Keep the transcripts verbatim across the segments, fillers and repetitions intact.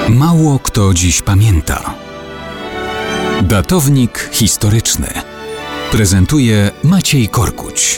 Mało kto dziś pamięta. Datownik historyczny prezentuje Maciej Korkuć.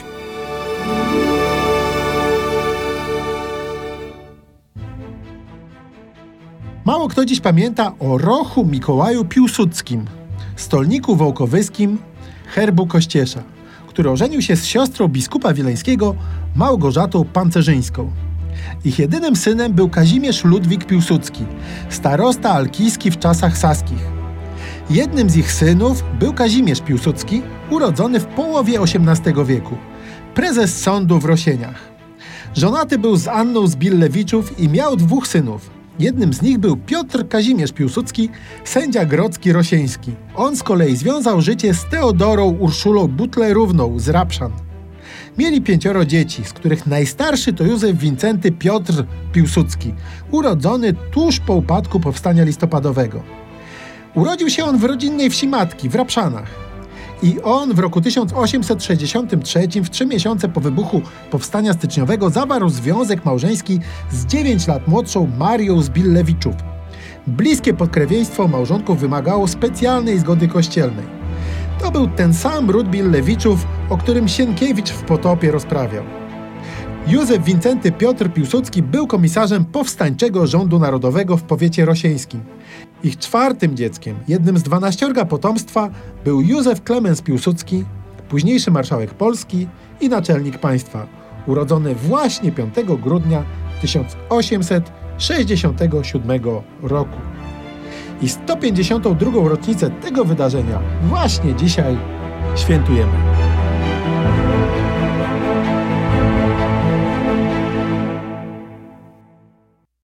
Mało kto dziś pamięta o Rochu Mikołaju Piłsudskim, stolniku wołkowyskim herbu Kościesza, który ożenił się z siostrą biskupa wileńskiego Małgorzatą Pancerzyńską. Ich jedynym synem był Kazimierz Ludwik Piłsudski, starosta alkijski w czasach saskich. Jednym z ich synów był Kazimierz Piłsudski, urodzony w połowie osiemnastego wieku, prezes sądu w Rosieniach. Żonaty był z Anną z Billewiczów i miał dwóch synów. Jednym z nich był Piotr Kazimierz Piłsudski, sędzia grodzki rosieński. On z kolei związał życie z Teodorą Urszulą Butlerówną z Rapszan. Mieli pięcioro dzieci, z których najstarszy to Józef Wincenty Piotr Piłsudski, urodzony tuż po upadku powstania listopadowego. Urodził się on w rodzinnej wsi matki w Rapszanach. I on w roku tysiąc osiemset sześćdziesiątym trzecim, w trzy miesiące po wybuchu powstania styczniowego, zawarł związek małżeński z dziewięć lat młodszą Marią z Billewiczów. Bliskie podkrewieństwo małżonków wymagało specjalnej zgody kościelnej. To był ten sam ród Billewiczów, o którym Sienkiewicz w Potopie rozprawiał. Józef Wincenty Piotr Piłsudski był komisarzem powstańczego rządu narodowego w powiecie rosieńskim. Ich czwartym dzieckiem, jednym z dwanaściorga potomstwa, był Józef Klemens Piłsudski, późniejszy marszałek Polski i naczelnik państwa, urodzony właśnie piątego grudnia tysiąc osiemset sześćdziesiątego siódmego roku. I sto pięćdziesiątą drugą rocznicę tego wydarzenia właśnie dzisiaj świętujemy.